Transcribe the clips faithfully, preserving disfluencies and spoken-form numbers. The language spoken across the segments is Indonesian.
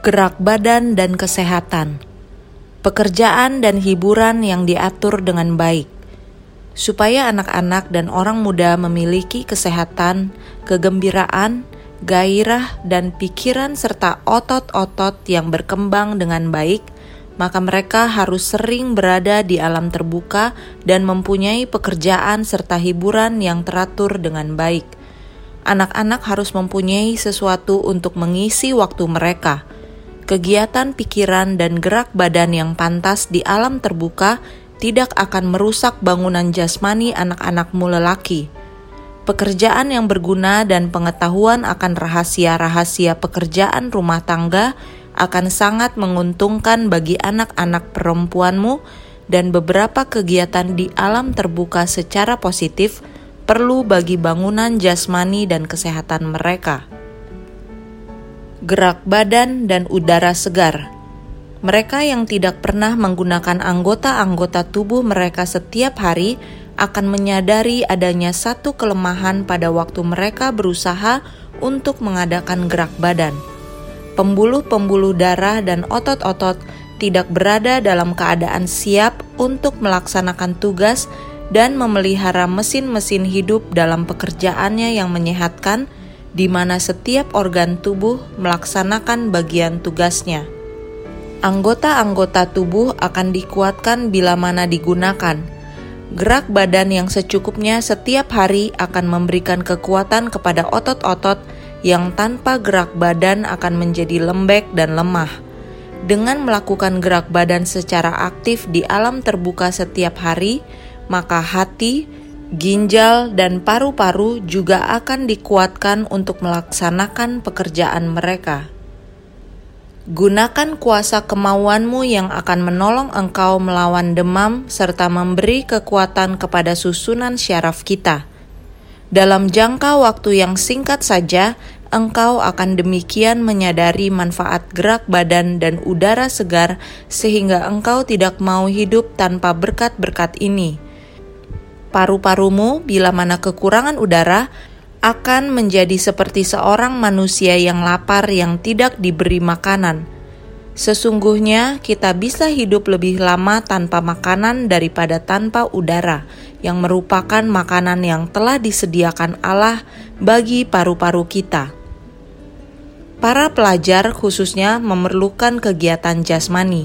gerak badan dan kesehatan, pekerjaan dan hiburan yang diatur dengan baik, supaya anak-anak dan orang muda memiliki kesehatan, kegembiraan, gairah, dan pikiran serta otot-otot yang berkembang dengan baik, maka mereka harus sering berada di alam terbuka dan mempunyai pekerjaan serta hiburan yang teratur dengan baik. Anak-anak harus mempunyai sesuatu untuk mengisi waktu mereka. Kegiatan pikiran dan gerak badan yang pantas di alam terbuka tidak akan merusak bangunan jasmani anak-anakmu lelaki. Pekerjaan yang berguna dan pengetahuan akan rahasia-rahasia pekerjaan rumah tangga akan sangat menguntungkan bagi anak-anak perempuanmu, dan beberapa kegiatan di alam terbuka secara positif perlu bagi bangunan jasmani dan kesehatan mereka. Gerak badan dan udara segar. Mereka yang tidak pernah menggunakan anggota-anggota tubuh mereka setiap hari akan menyadari adanya satu kelemahan pada waktu mereka berusaha untuk mengadakan gerak badan. Pembuluh-pembuluh darah dan otot-otot tidak berada dalam keadaan siap untuk melaksanakan tugas dan memelihara mesin-mesin hidup dalam pekerjaannya yang menyehatkan, di mana setiap organ tubuh melaksanakan bagian tugasnya. Anggota-anggota tubuh akan dikuatkan bila mana digunakan. Gerak badan yang secukupnya setiap hari akan memberikan kekuatan kepada otot-otot yang tanpa gerak badan akan menjadi lembek dan lemah. Dengan melakukan gerak badan secara aktif di alam terbuka setiap hari, maka hati, ginjal, dan paru-paru juga akan dikuatkan untuk melaksanakan pekerjaan mereka. Gunakan kuasa kemauanmu yang akan menolong engkau melawan demam serta memberi kekuatan kepada susunan syaraf kita. Dalam jangka waktu yang singkat saja, engkau akan demikian menyadari manfaat gerak badan dan udara segar sehingga engkau tidak mau hidup tanpa berkat-berkat ini. Paru-parumu bila mana kekurangan udara akan menjadi seperti seorang manusia yang lapar yang tidak diberi makanan. Sesungguhnya kita bisa hidup lebih lama tanpa makanan daripada tanpa udara, yang merupakan makanan yang telah disediakan Allah bagi paru-paru kita. Para pelajar khususnya memerlukan kegiatan jasmani.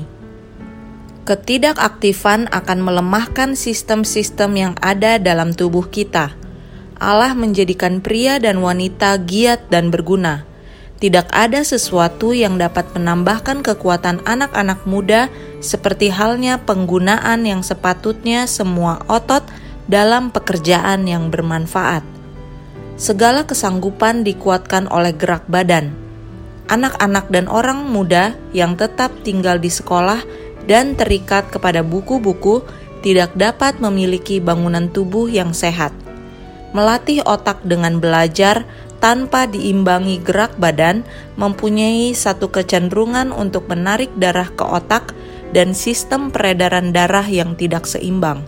Ketidakaktifan akan melemahkan sistem-sistem yang ada dalam tubuh kita. Allah menjadikan pria dan wanita giat dan berguna. Tidak ada sesuatu yang dapat menambahkan kekuatan anak-anak muda seperti halnya penggunaan yang sepatutnya semua otot dalam pekerjaan yang bermanfaat. Segala kesanggupan dikuatkan oleh gerak badan. Anak-anak dan orang muda yang tetap tinggal di sekolah dan terikat kepada buku-buku tidak dapat memiliki bangunan tubuh yang sehat. Melatih otak dengan belajar tanpa diimbangi gerak badan mempunyai satu kecenderungan untuk menarik darah ke otak dan sistem peredaran darah yang tidak seimbang.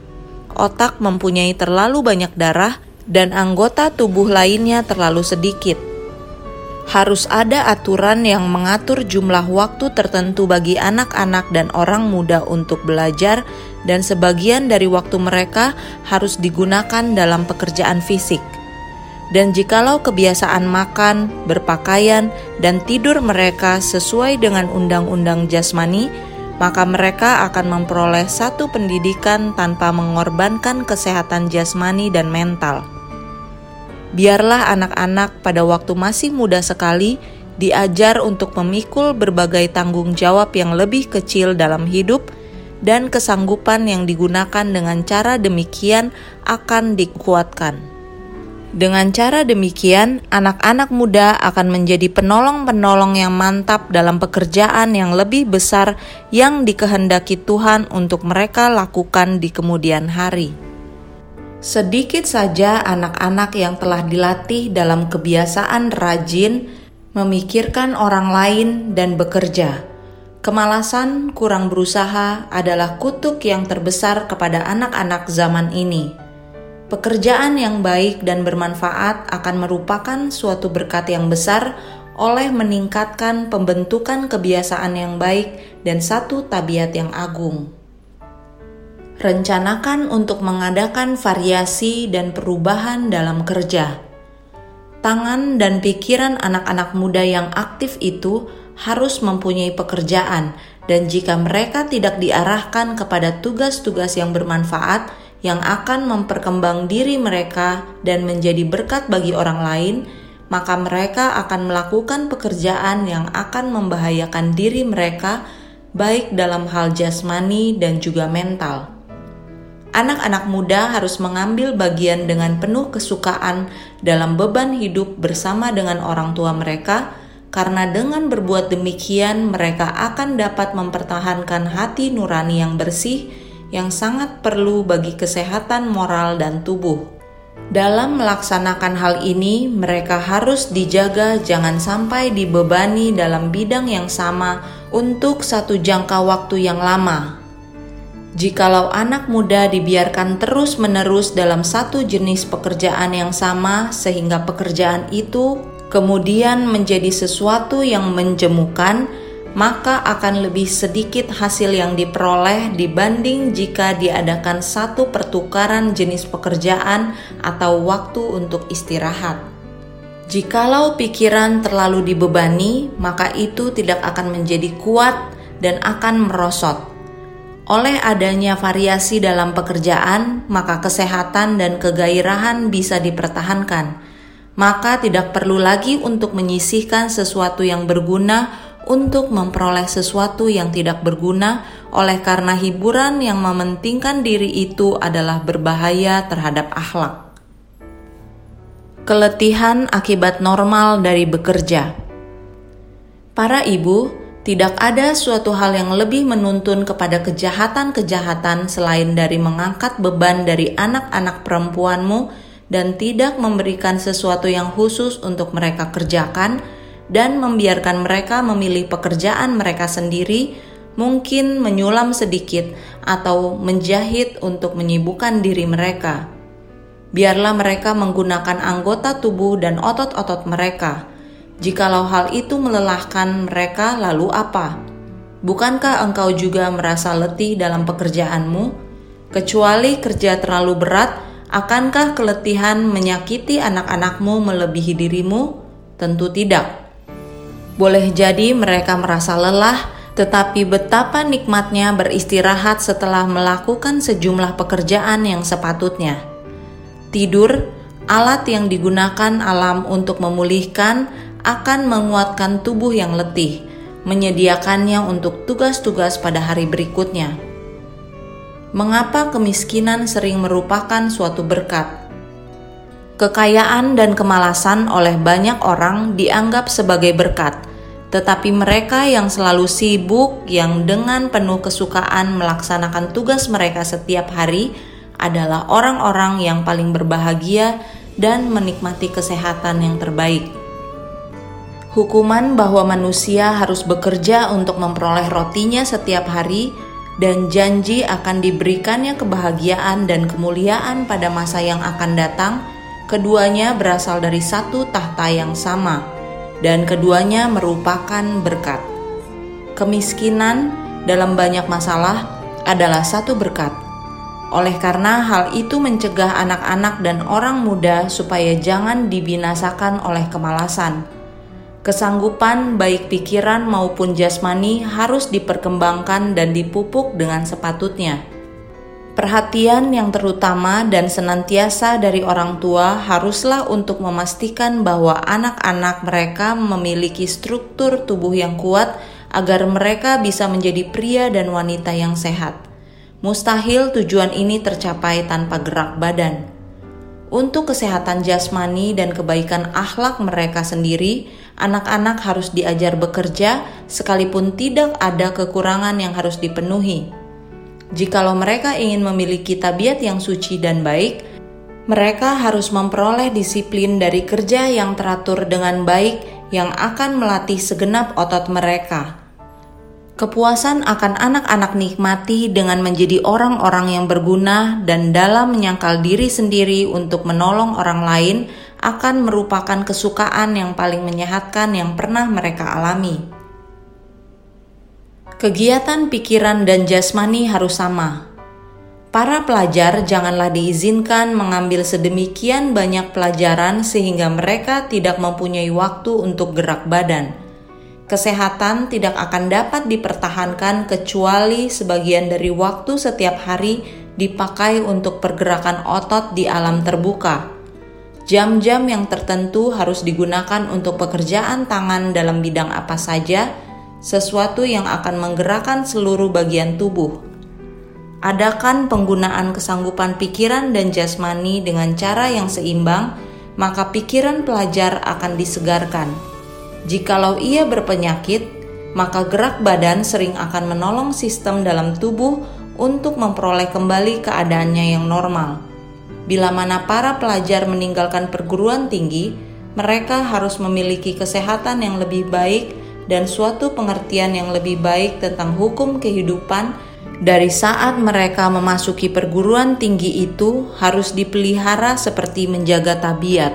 Otak mempunyai terlalu banyak darah dan anggota tubuh lainnya terlalu sedikit. Harus ada aturan yang mengatur jumlah waktu tertentu bagi anak-anak dan orang muda untuk belajar, dan sebagian dari waktu mereka harus digunakan dalam pekerjaan fisik. Dan jikalau kebiasaan makan, berpakaian, dan tidur mereka sesuai dengan undang-undang jasmani, maka mereka akan memperoleh satu pendidikan tanpa mengorbankan kesehatan jasmani dan mental. Biarlah anak-anak pada waktu masih muda sekali diajar untuk memikul berbagai tanggung jawab yang lebih kecil dalam hidup, dan kesanggupan yang digunakan dengan cara demikian akan dikuatkan. Dengan cara demikian, anak-anak muda akan menjadi penolong-penolong yang mantap dalam pekerjaan yang lebih besar yang dikehendaki Tuhan untuk mereka lakukan di kemudian hari. Sedikit saja anak-anak yang telah dilatih dalam kebiasaan rajin, memikirkan orang lain, dan bekerja. Kemalasan, kurang berusaha adalah kutuk yang terbesar kepada anak-anak zaman ini. Pekerjaan yang baik dan bermanfaat akan merupakan suatu berkat yang besar oleh meningkatkan pembentukan kebiasaan yang baik dan satu tabiat yang agung. Rencanakan untuk mengadakan variasi dan perubahan dalam kerja. Tangan dan pikiran anak-anak muda yang aktif itu harus mempunyai pekerjaan, dan jika mereka tidak diarahkan kepada tugas-tugas yang bermanfaat yang akan memperkembang diri mereka dan menjadi berkat bagi orang lain, maka mereka akan melakukan pekerjaan yang akan membahayakan diri mereka, baik dalam hal jasmani dan juga mental. Anak-anak muda harus mengambil bagian dengan penuh kesukaan dalam beban hidup bersama dengan orang tua mereka, karena dengan berbuat demikian mereka akan dapat mempertahankan hati nurani yang bersih yang sangat perlu bagi kesehatan moral dan tubuh. Dalam melaksanakan hal ini, mereka harus dijaga jangan sampai dibebani dalam bidang yang sama untuk satu jangka waktu yang lama. Jikalau anak muda dibiarkan terus-menerus dalam satu jenis pekerjaan yang sama sehingga pekerjaan itu kemudian menjadi sesuatu yang menjemukan, maka akan lebih sedikit hasil yang diperoleh dibanding jika diadakan satu pertukaran jenis pekerjaan atau waktu untuk istirahat. Jikalau pikiran terlalu dibebani, maka itu tidak akan menjadi kuat dan akan merosot. Oleh adanya variasi dalam pekerjaan, maka kesehatan dan kegairahan bisa dipertahankan. Maka tidak perlu lagi untuk menyisihkan sesuatu yang berguna untuk memperoleh sesuatu yang tidak berguna, oleh karena hiburan yang mementingkan diri itu adalah berbahaya terhadap akhlak. Keletihan akibat normal dari bekerja. Para ibu, tidak ada suatu hal yang lebih menuntun kepada kejahatan-kejahatan selain dari mengangkat beban dari anak-anak perempuanmu dan tidak memberikan sesuatu yang khusus untuk mereka kerjakan dan membiarkan mereka memilih pekerjaan mereka sendiri, mungkin menyulam sedikit atau menjahit untuk menyibukkan diri mereka. Biarlah mereka menggunakan anggota tubuh dan otot-otot mereka. Jikalau hal itu melelahkan mereka, lalu apa? Bukankah engkau juga merasa letih dalam pekerjaanmu? Kecuali kerja terlalu berat, akankah keletihan menyakiti anak-anakmu melebihi dirimu? Tentu tidak. Boleh jadi mereka merasa lelah, tetapi betapa nikmatnya beristirahat setelah melakukan sejumlah pekerjaan yang sepatutnya. Tidur, alat yang digunakan alam untuk memulihkan, akan menguatkan tubuh yang letih, menyediakannya untuk tugas-tugas pada hari berikutnya. Mengapa kemiskinan sering merupakan suatu berkat? Kekayaan dan kemalasan oleh banyak orang dianggap sebagai berkat, tetapi mereka yang selalu sibuk, yang dengan penuh kesukaan melaksanakan tugas mereka setiap hari, adalah orang-orang yang paling berbahagia dan menikmati kesehatan yang terbaik. Hukuman bahwa manusia harus bekerja untuk memperoleh rotinya setiap hari dan janji akan diberikannya kebahagiaan dan kemuliaan pada masa yang akan datang, keduanya berasal dari satu tahta yang sama dan keduanya merupakan berkat. Kemiskinan dalam banyak masalah adalah satu berkat. Oleh karena hal itu mencegah anak-anak dan orang muda supaya jangan dibinasakan oleh kemalasan. Kesanggupan baik pikiran maupun jasmani harus diperkembangkan dan dipupuk dengan sepatutnya. Perhatian yang terutama dan senantiasa dari orang tua haruslah untuk memastikan bahwa anak-anak mereka memiliki struktur tubuh yang kuat agar mereka bisa menjadi pria dan wanita yang sehat. Mustahil tujuan ini tercapai tanpa gerak badan. Untuk kesehatan jasmani dan kebaikan akhlak mereka sendiri, anak-anak harus diajar bekerja sekalipun tidak ada kekurangan yang harus dipenuhi. Jikalau mereka ingin memiliki tabiat yang suci dan baik, mereka harus memperoleh disiplin dari kerja yang teratur dengan baik yang akan melatih segenap otot mereka. Kepuasan akan anak-anak nikmati dengan menjadi orang-orang yang berguna dan dalam menyangkal diri sendiri untuk menolong orang lain akan merupakan kesukaan yang paling menyehatkan yang pernah mereka alami. Kegiatan pikiran dan jasmani harus sama. Para pelajar janganlah diizinkan mengambil sedemikian banyak pelajaran sehingga mereka tidak mempunyai waktu untuk gerak badan. Kesehatan tidak akan dapat dipertahankan kecuali sebagian dari waktu setiap hari dipakai untuk pergerakan otot di alam terbuka. Jam-jam yang tertentu harus digunakan untuk pekerjaan tangan dalam bidang apa saja, sesuatu yang akan menggerakkan seluruh bagian tubuh. Adakan penggunaan kesanggupan pikiran dan jasmani dengan cara yang seimbang, maka pikiran pelajar akan disegarkan. Jikalau ia berpenyakit, maka gerak badan sering akan menolong sistem dalam tubuh untuk memperoleh kembali keadaannya yang normal. Bila mana para pelajar meninggalkan perguruan tinggi, mereka harus memiliki kesehatan yang lebih baik dan suatu pengertian yang lebih baik tentang hukum kehidupan. Dari saat mereka memasuki perguruan tinggi itu harus dipelihara seperti menjaga tabiat.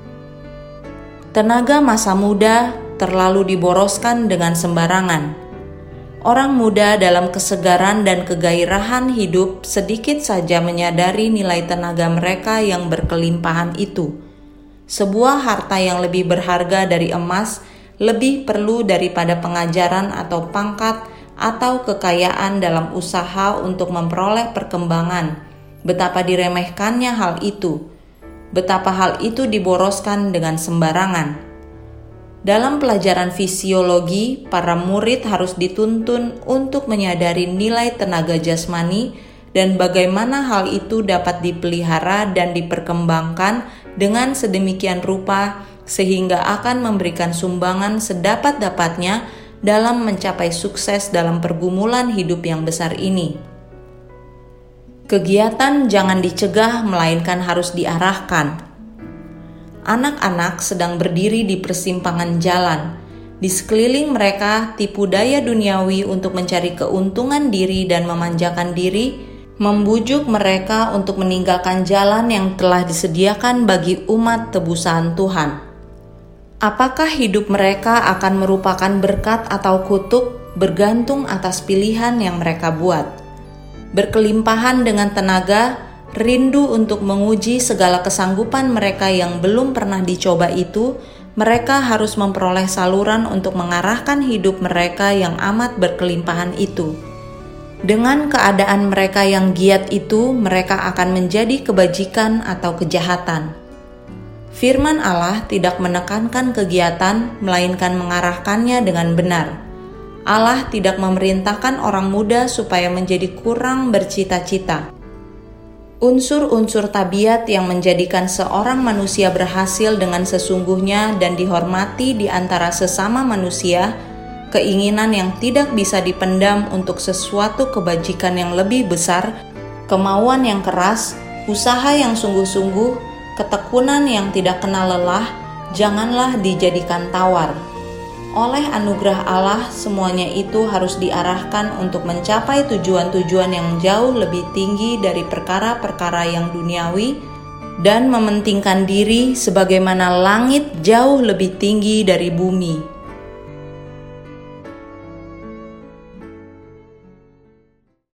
Tenaga masa muda terlalu diboroskan dengan sembarangan. Orang muda dalam kesegaran dan kegairahan hidup sedikit saja menyadari nilai tenaga mereka yang berkelimpahan itu. Sebuah harta yang lebih berharga dari emas lebih perlu daripada pengajaran atau pangkat atau kekayaan dalam usaha untuk memperoleh perkembangan. Betapa diremehkannya hal itu. Betapa hal itu diboroskan dengan sembarangan. Dalam pelajaran fisiologi, para murid harus dituntun untuk menyadari nilai tenaga jasmani dan bagaimana hal itu dapat dipelihara dan diperkembangkan dengan sedemikian rupa sehingga akan memberikan sumbangan sedapat-dapatnya dalam mencapai sukses dalam pergumulan hidup yang besar ini. Kegiatan jangan dicegah melainkan harus diarahkan. Anak-anak sedang berdiri di persimpangan jalan. Di sekeliling mereka tipu daya duniawi untuk mencari keuntungan diri dan memanjakan diri, membujuk mereka untuk meninggalkan jalan yang telah disediakan bagi umat tebusan Tuhan. Apakah hidup mereka akan merupakan berkat atau kutuk bergantung atas pilihan yang mereka buat. Berkelimpahan dengan tenaga, rindu untuk menguji segala kesanggupan mereka yang belum pernah dicoba itu, mereka harus memperoleh saluran untuk mengarahkan hidup mereka yang amat berkelimpahan itu. Dengan keadaan mereka yang giat itu, mereka akan menjadi kebajikan atau kejahatan. Firman Allah tidak menekankan kegiatan, melainkan mengarahkannya dengan benar. Allah tidak memerintahkan orang muda supaya menjadi kurang bercita-cita. Unsur-unsur tabiat yang menjadikan seorang manusia berhasil dengan sesungguhnya dan dihormati di antara sesama manusia, keinginan yang tidak bisa dipendam untuk sesuatu kebajikan yang lebih besar, kemauan yang keras, usaha yang sungguh-sungguh, ketekunan yang tidak kenal lelah, janganlah dijadikan tawar. Oleh anugerah Allah, semuanya itu harus diarahkan untuk mencapai tujuan-tujuan yang jauh lebih tinggi dari perkara-perkara yang duniawi dan mementingkan diri sebagaimana langit jauh lebih tinggi dari bumi.